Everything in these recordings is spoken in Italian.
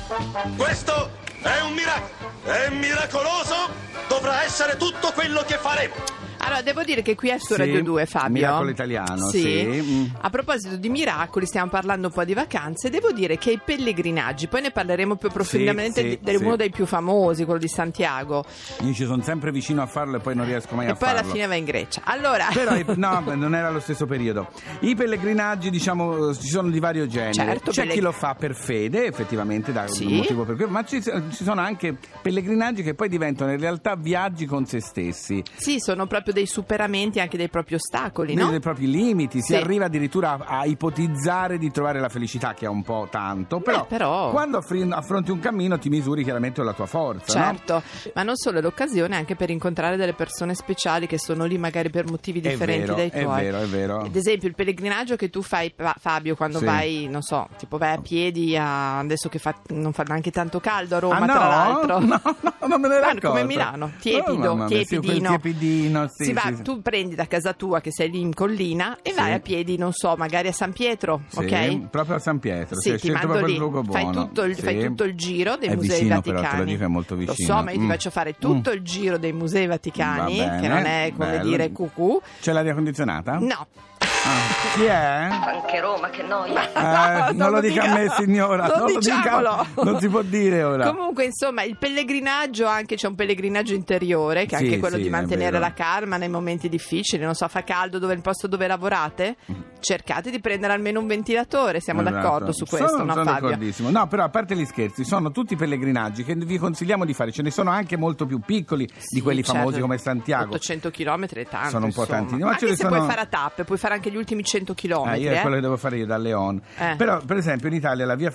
Questo è un miracolo. È miracoloso. Dovrà essere tutto quello che faremo. Allora, devo dire che qui è su Radio 2, Fabio. Miracolo italiano, sì. A proposito di miracoli, stiamo parlando un po' di vacanze. Devo dire che i pellegrinaggi, poi ne parleremo più profondamente di uno dei più famosi, quello di Santiago. Io ci sono sempre vicino a farlo e poi non riesco mai a farlo. E poi alla fine va in Grecia. Allora... Però no, non era lo stesso periodo. I pellegrinaggi, diciamo, ci sono di vario genere. Certo, c'è chi lo fa per fede, effettivamente, da un motivo per cui, ma ci sono anche pellegrinaggi che poi diventano in realtà viaggi con se stessi. Sì, sono proprio dei superamenti anche dei propri ostacoli, no? Dei propri limiti, si arriva addirittura a ipotizzare di trovare la felicità, che è un po' tanto, però quando affronti un cammino ti misuri chiaramente la tua forza, certo, no? Ma non solo, è l'occasione anche per incontrare delle persone speciali che sono lì magari per motivi differenti dai tuoi. È vero. Ad esempio il pellegrinaggio che tu fai, Fabio, quando vai, non so, tipo vai a piedi adesso che non fa neanche tanto caldo a Roma, tra l'altro. No, non me ne racconto. Come Milano, tiepidino. Tiepidino, Tu prendi da casa tua, che sei lì in collina, e vai a piedi, non so, magari a San Pietro, ok? Proprio a San Pietro, sì, ti mando lì, fai tutto il giro dei musei vicino, vaticani. Però te lo dico, è molto vicino. Lo so, ma io ti faccio fare tutto il giro dei musei vaticani, che non è come dire cucù. C'è l'aria condizionata? No. Chi è? Anche Roma, che noia. Non lo dica a me, signora. Non diciamolo. Non si può dire ora. Comunque, insomma, il pellegrinaggio, anche c'è un pellegrinaggio interiore, che è anche quello di mantenere la calma nei momenti difficili. Non so, fa caldo il posto dove lavorate? Cercate di prendere almeno un ventilatore. Siamo d'accordo su questo, sono Fabio? D'accordissimo. No, però a parte gli scherzi, sono tutti pellegrinaggi che vi consigliamo di fare. Ce ne sono anche molto più piccoli di quelli famosi come Santiago. 800 km è tanto. Sono un po' tantini. Ma anche se puoi fare a tappe, puoi fare anche gli ultimi 100 km. Io è quello che devo fare io da Leon. Però, per esempio, in Italia la via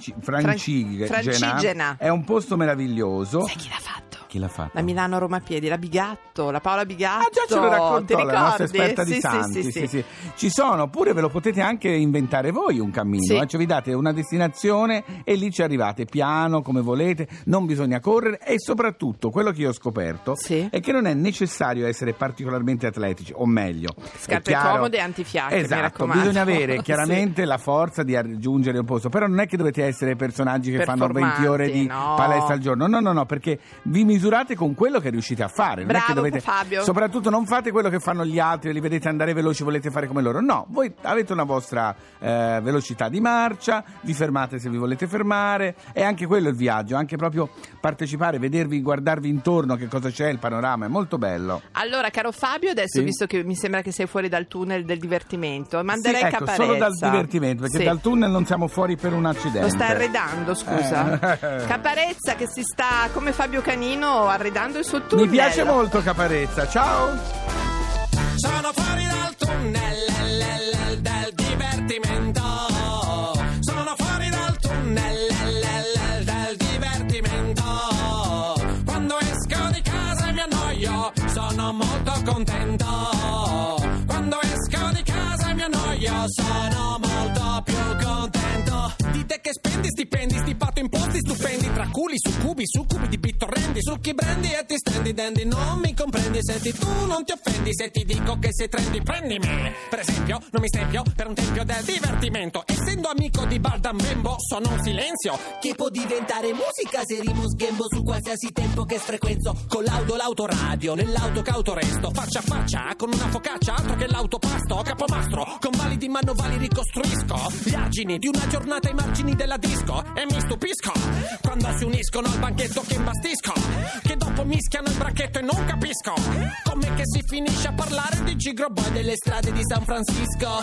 Francigena è un posto meraviglioso. Sai chi l'ha fatto? Chi l'ha fatto? La Milano Roma Piedi, la Bigatto, la Paola Bigatto. Già ce lo raccontò la nostra esperta sì, di Santi. Sì. Ci sono, oppure ve lo potete anche inventare voi un cammino. Cioè vi date una destinazione e lì ci arrivate piano, come volete, non bisogna correre, e soprattutto quello che io ho scoperto è che non è necessario essere particolarmente atletici, o meglio, scarpe comode e antifiacche, mi raccomando. Bisogna avere chiaramente la forza di raggiungere un posto, però non è che dovete essere personaggi che fanno 20 ore di palestra al giorno, no, perché vi misurate con quello che riuscite a fare. Non è che dovete, Fabio. Soprattutto non fate quello che fanno gli altri, li vedete andare veloci, volete fare come loro. No, voi avete una vostra velocità di marcia, vi fermate se vi volete fermare, e anche quello è il viaggio, anche proprio partecipare, vedervi, guardarvi intorno, che cosa c'è, il panorama è molto bello. Allora, caro Fabio, adesso visto che mi sembra che sei fuori dal tunnel del divertimento, manderei Caparezza. Solo dal divertimento, perché dal tunnel non siamo fuori per un accidente. Lo stai arredando, scusa. Caparezza che si sta, come Fabio Canino, arredando il suo tunnel. Mi piace molto Caparezza, ciao. Sono fuori dal tunnel del divertimento. Sono fuori dal tunnel del divertimento. Quando esco di casa e mi annoio, sono molto contento. Quando esco di casa e mi annoio, sono molto più contento. Di te che spendi stipendi, stipato imposti stupendi, tra culi, succubi, succubi di pittorrendi, succhi brendi e ti stendi dendi. Non mi comprendi, senti, tu non ti offendi se ti dico che sei trendy, prendimi. Per esempio, non mi stempio per un tempio del divertimento. Essendo amico di Baldambembo, sono un silenzio che può diventare musica se rimusghembo su qualsiasi tempo che sfrequenzo. Con l'autoradio, nell'auto che autoresto, faccia a faccia, con una focaccia, altro che l'autopasto, capomastro, con validi manovali ricostruisco gli argini di una giornata ai margini della disco, e mi stupisco quando si uniscono al banchetto che imbastisco, che dopo mischiano il bracchetto e non capisco com'è che si finisce a parlare di Gigro Boy delle strade di San Francisco.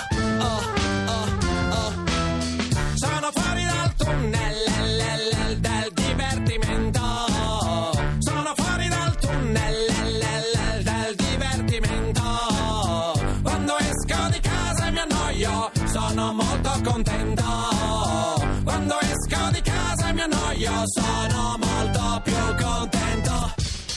Sono fuori dal tunnel del divertimento. Sono fuori dal tunnel del divertimento. Quando esco di casa e mi annoio, sono molto contento. Quando esco di casa e mi annoio, sono molto più contento.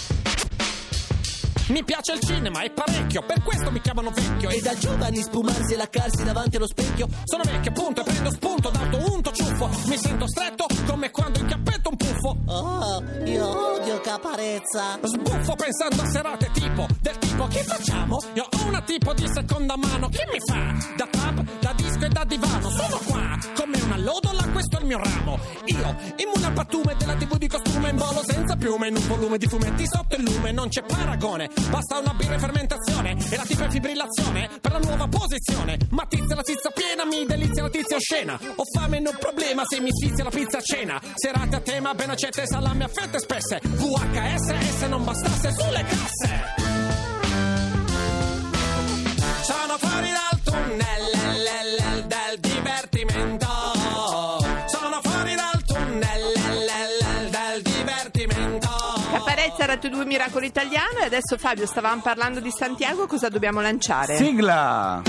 Mi piace il cinema e parecchio, per questo mi chiamano vecchio. E da giovani spumarsi e laccarsi davanti allo specchio. Sono vecchio appunto e prendo spunto da unto ciuffo. Mi sento stretto come quando inchiappetto un puffo. Oh, io odio Caparezza. Sbuffo pensando a serate del tipo che facciamo? Io ho una tipo di seconda mano, chi mi fa? Da pub, da disco e da divano. Sono qua come una lodola questo è il mio ramo. Io, immune al pattume della TV di costume, in volo senza piume, in un volume di fumetti sotto il lume. Non c'è paragone, basta una birra e fermentazione, e la tipa è fibrillazione per la nuova posizione. Ma tizia la tizia piena, mi delizia la tizia oscena. Ho fame, non problema se mi sfizia la pizza a cena. Serate a tema, ben accette, salami a fette spesse. VHS, non bastasse sulle casse. Sono fuori dal tunnel del divertimento. Sono fuori dal tunnel del divertimento. Caparezza, Radio 2 Miracolo Italiano. E adesso, Fabio, stavamo parlando di Santiago, cosa dobbiamo lanciare? Sigla!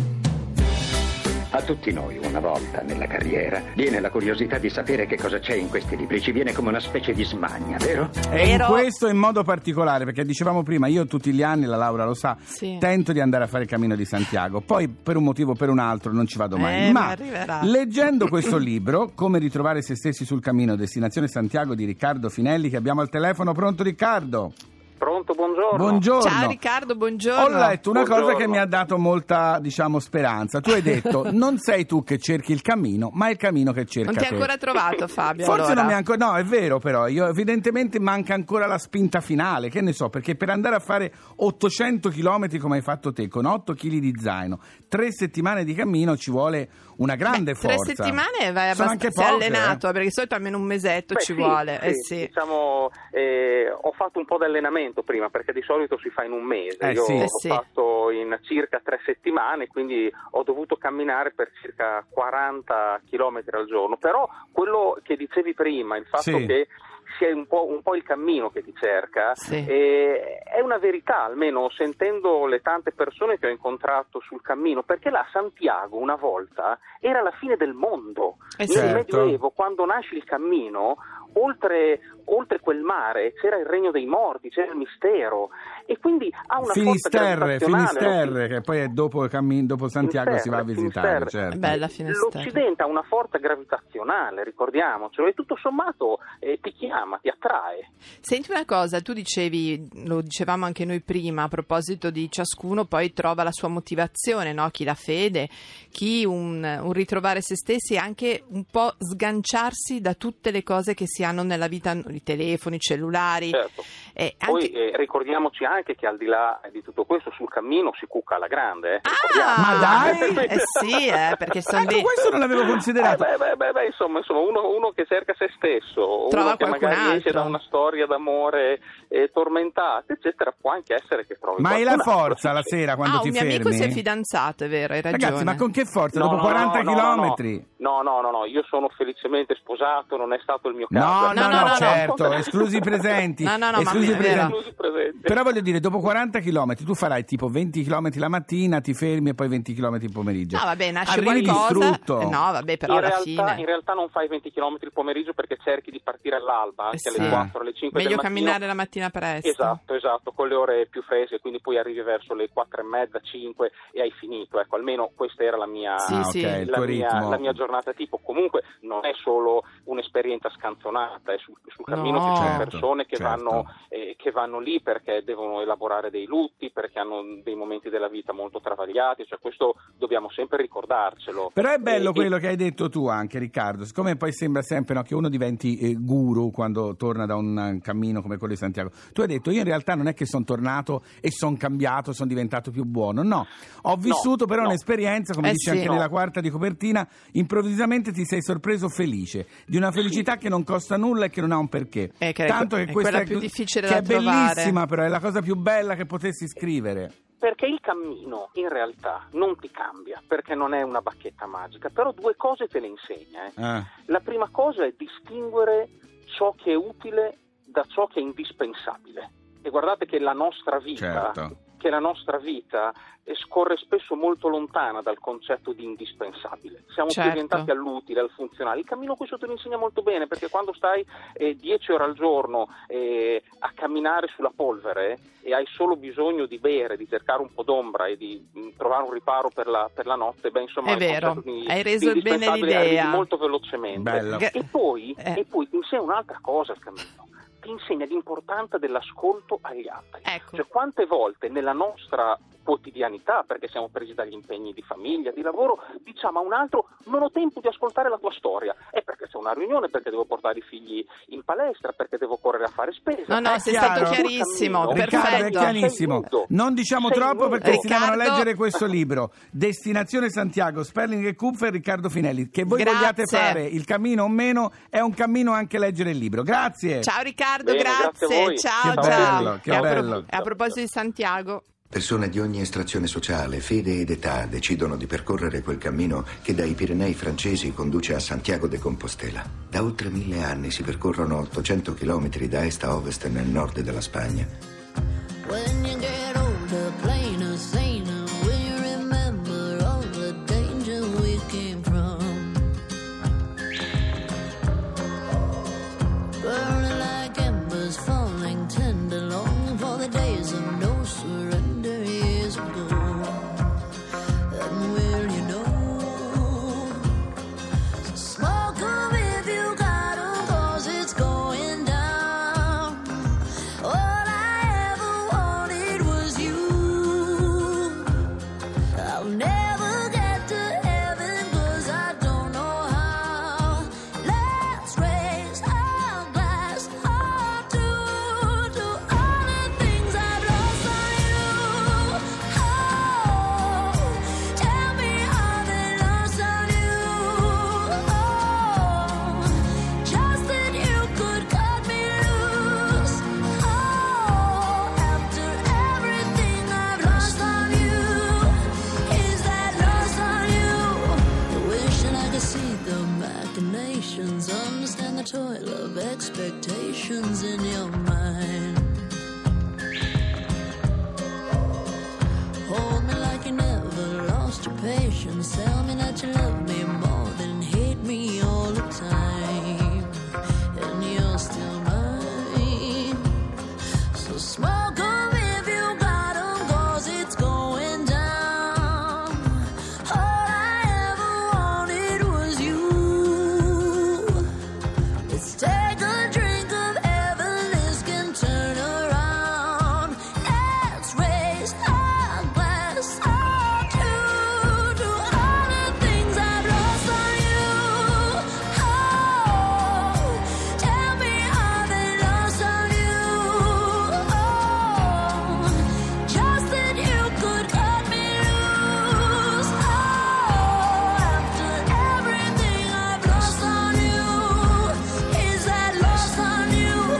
A tutti noi una volta nella carriera viene la curiosità di sapere che cosa c'è in questi libri, ci viene come una specie di smania, vero? E in questo in modo particolare, perché dicevamo prima, io tutti gli anni, la Laura lo sa, tento di andare a fare il Cammino di Santiago, poi per un motivo o per un altro non ci vado mai, ma leggendo questo libro, Come ritrovare se stessi sul cammino, destinazione Santiago, di Riccardo Finelli, che abbiamo al telefono. Pronto, Riccardo? Pronto, buongiorno. Buongiorno. Ciao Riccardo, buongiorno. Ho letto una cosa che mi ha dato molta, speranza. Tu hai detto, non sei tu che cerchi il cammino, ma è il cammino che cerca te. Non ti hai ancora trovato, Fabio? Forse allora. non mi ha ancora... No, è vero, però, evidentemente manca ancora la spinta finale, che ne so, perché per andare a fare 800 chilometri come hai fatto te, con 8 kg di zaino, 3 settimane di cammino, ci vuole una grande forza. 3 settimane vai abbastanza allenato, perché di solito almeno un mesetto ci vuole. Sì. Diciamo, ho fatto un po' di allenamento prima, perché di solito si fa in un mese. Io l'ho fatto in circa 3 settimane, quindi ho dovuto camminare per circa 40 chilometri al giorno. Però quello che dicevi prima, il fatto che sia un po' il cammino che ti cerca, è una verità, almeno sentendo le tante persone che ho incontrato sul cammino, perché là Santiago una volta era la fine del mondo. Nel Medioevo, quando nasce il cammino, oltre quel mare c'era il regno dei morti, c'era il mistero, e quindi ha una forza gravitazionale. Finisterre, che poi è dopo Santiago si va a visitare. Certo. Bella Finisterre. L'Occidente ha una forza gravitazionale, ricordiamocelo, e tutto sommato ti chiama, ti attrae. Senti una cosa, tu dicevi, lo dicevamo anche noi prima, a proposito di ciascuno poi trova la sua motivazione, no? Chi la fede, chi un ritrovare se stessi, e anche un po' sganciarsi da tutte le cose che si hanno nella vita, i telefoni, i cellulari. Certo. Poi ricordiamoci anche che al di là di tutto questo, sul cammino si cucca alla grande. Ma dai! Perché sono questo non l'avevo considerato. Insomma, uno che cerca se stesso, trova uno che magari esce da una storia d'amore tormentata, eccetera, può anche essere che trovi. Ma hai la forza la sera quando ti fermi? Un mio amico si è fidanzato, è vero, hai ragione. Ragazzi, ma con che forza? Dopo 40 chilometri? No, io sono felicemente sposato, non è stato il mio caso. No, certo, esclusi i presenti. Esclusi presenti. Però voglio dire, dopo 40 chilometri tu farai tipo 20 chilometri la mattina, ti fermi, e poi 20 chilometri il pomeriggio. No, vabbè, nasce arrivi qualcosa. distrutto. No, vabbè, però alla fine. In realtà non fai 20 chilometri il pomeriggio, perché cerchi di partire all'alba, anche alle 4, alle 5 del mattino. Meglio camminare la mattina presto. Esatto, con le ore più fresche, quindi poi arrivi verso le 4:30, 5 e hai finito. Ecco, almeno questa era la mia giornata tipo. Comunque non è solo un'esperienza scanzonata, sul cammino ci sono persone che vanno lì perché devono elaborare dei lutti, perché hanno dei momenti della vita molto travagliati, cioè questo dobbiamo sempre ricordarcelo. Però è bello quello che hai detto tu anche, Riccardo, siccome poi sembra sempre che uno diventi guru quando torna da un cammino come quello di Santiago. Tu hai detto, io in realtà non è che sono tornato e sono cambiato, sono diventato più buono, no, ho vissuto però un'esperienza, come dice anche nella quarta di copertina, improvvisamente ti sei sorpreso felice, di una felicità che non costa nulla e che non ha un perché. Tanto che questa è più difficile che da è trovare. Bellissima, però è la cosa più bella che potessi scrivere. Perché il cammino in realtà non ti cambia, perché non è una bacchetta magica, però 2 cose te le insegna. La prima cosa è distinguere ciò che è utile da ciò che è indispensabile. E guardate che la nostra vita scorre spesso molto lontana dal concetto di indispensabile. Siamo più orientati all'utile, al funzionale. Il cammino questo te lo insegna molto bene, perché quando stai 10 ore al giorno a camminare sulla polvere e hai solo bisogno di bere, di cercare un po' d'ombra e di trovare un riparo per la notte, insomma, è vero, hai reso bene l'idea molto velocemente. E poi ti insegna un'altra cosa il cammino. Ti insegna l'importanza dell'ascolto agli altri. Ecco. Cioè, quante volte nella nostra quotidianità, perché siamo presi dagli impegni di famiglia, di lavoro, diciamo a un altro: non ho tempo di ascoltare la tua storia, è perché c'è una riunione, perché devo portare i figli in palestra, perché devo correre a fare spesa. No, sei stato chiarissimo, Riccardo, è chiarissimo. Non diciamo troppo perché si devono leggere questo libro, Destinazione Santiago, Sperling e Kupfer, Riccardo Finelli. Che voi vogliate fare il cammino o meno, è un cammino anche leggere il libro. Grazie. Ciao Riccardo, Bene, grazie. a voi. Ciao, che ciao. bello, che bello. A proposito di Santiago, Persone di ogni estrazione sociale, fede ed età decidono di percorrere quel cammino che dai Pirenei francesi conduce a Santiago de Compostela. Da oltre 1000 anni si percorrono 800 chilometri da est a ovest nel nord della Spagna. When you get older, plainer, saner, will you remember all the danger we came from? Burning like embers, falling tender, longing for the days of no surrender years ago. And will you know? So smoke 'em if you got 'em, 'cause it's going down. All I ever wanted was you. I'll never get to heaven 'cause I don't know how. Let's raise our glass to all the things I've lost on you. Oh, tell me how they lost on you. Oh, just that you could cut me loose. Oh, after everything I've lost on you, is that lost on you? Wishing I could see the machinations, understand the toil of expectations in your mind. Hold me like you never lost your patience. Tell me that you love me more than hate me all the time. And you're still mine. So smoke 'em if you got 'em, 'cause it's going down. All I ever wanted was you. Let's take a drink of heaven, this can turn around. Let's raise our glass to all the things I've lost on you. Oh, tell me how they lost on you. Oh, just that you could cut me loose. Oh, after everything I've lost on you, is that lost on you?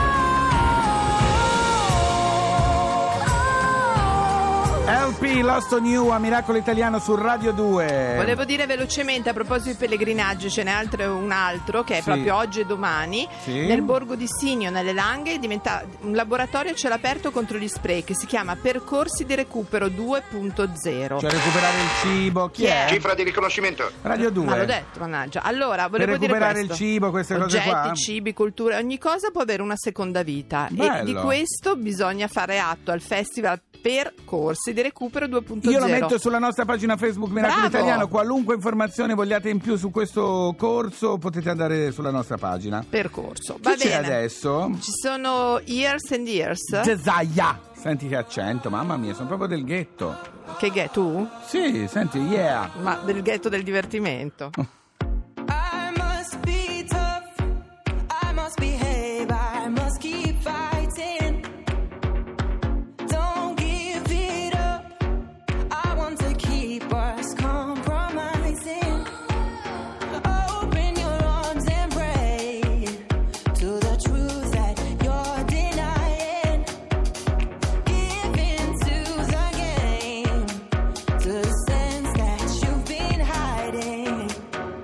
LP Lost on You a Miracolo Italiano su Radio 2. volevo dire velocemente a proposito di pellegrinaggio, ce n'è un altro che è proprio oggi e domani. Sì. Nel borgo di Sinio, nelle Langhe, diventa un laboratorio a cielo aperto contro gli sprechi. Si chiama Percorsi di Recupero 2.0. Cioè recuperare il cibo. Chi è? Cifra di riconoscimento. Radio 2. Ma l'ho detto, mannaggia. Allora, Per volevo dire recuperare questo. il cibo, queste cose Oggetti, qua. cibi, cultura, ogni cosa può avere una seconda vita. Bello. E di questo bisogna fare atto al Festival Percorsi di Recupero 2.0. Io lo metto sulla nostra pagina Facebook Miracolo Bravo. Italiano. Qualunque informazione vogliate in più su questo corso potete andare sulla nostra pagina. Percorso. Chi Va c'è bene. adesso? Ci sono Years and Years. Zezaya. Senti che accento, mamma mia, sono proprio del ghetto. Che tu? Sì, senti, yeah. Ma del ghetto del divertimento. I must be tough, I must behave, I must keep fighting. Don't give it up, I want to keep us compromising. Open your arms and pray to the truth that you're denying. Give into the game, to the sense that you've been hiding.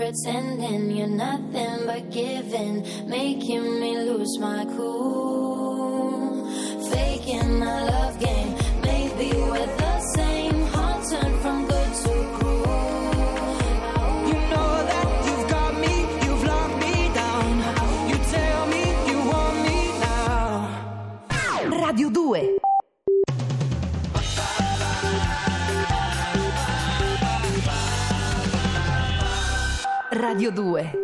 pretending you're nothing but giving, making me lose my cool, faking a love game. Maybe we're the same, heart turned from good to cruel. You know that you've got me, you've locked me down. You tell me you want me now. Radio 2. Radio 2.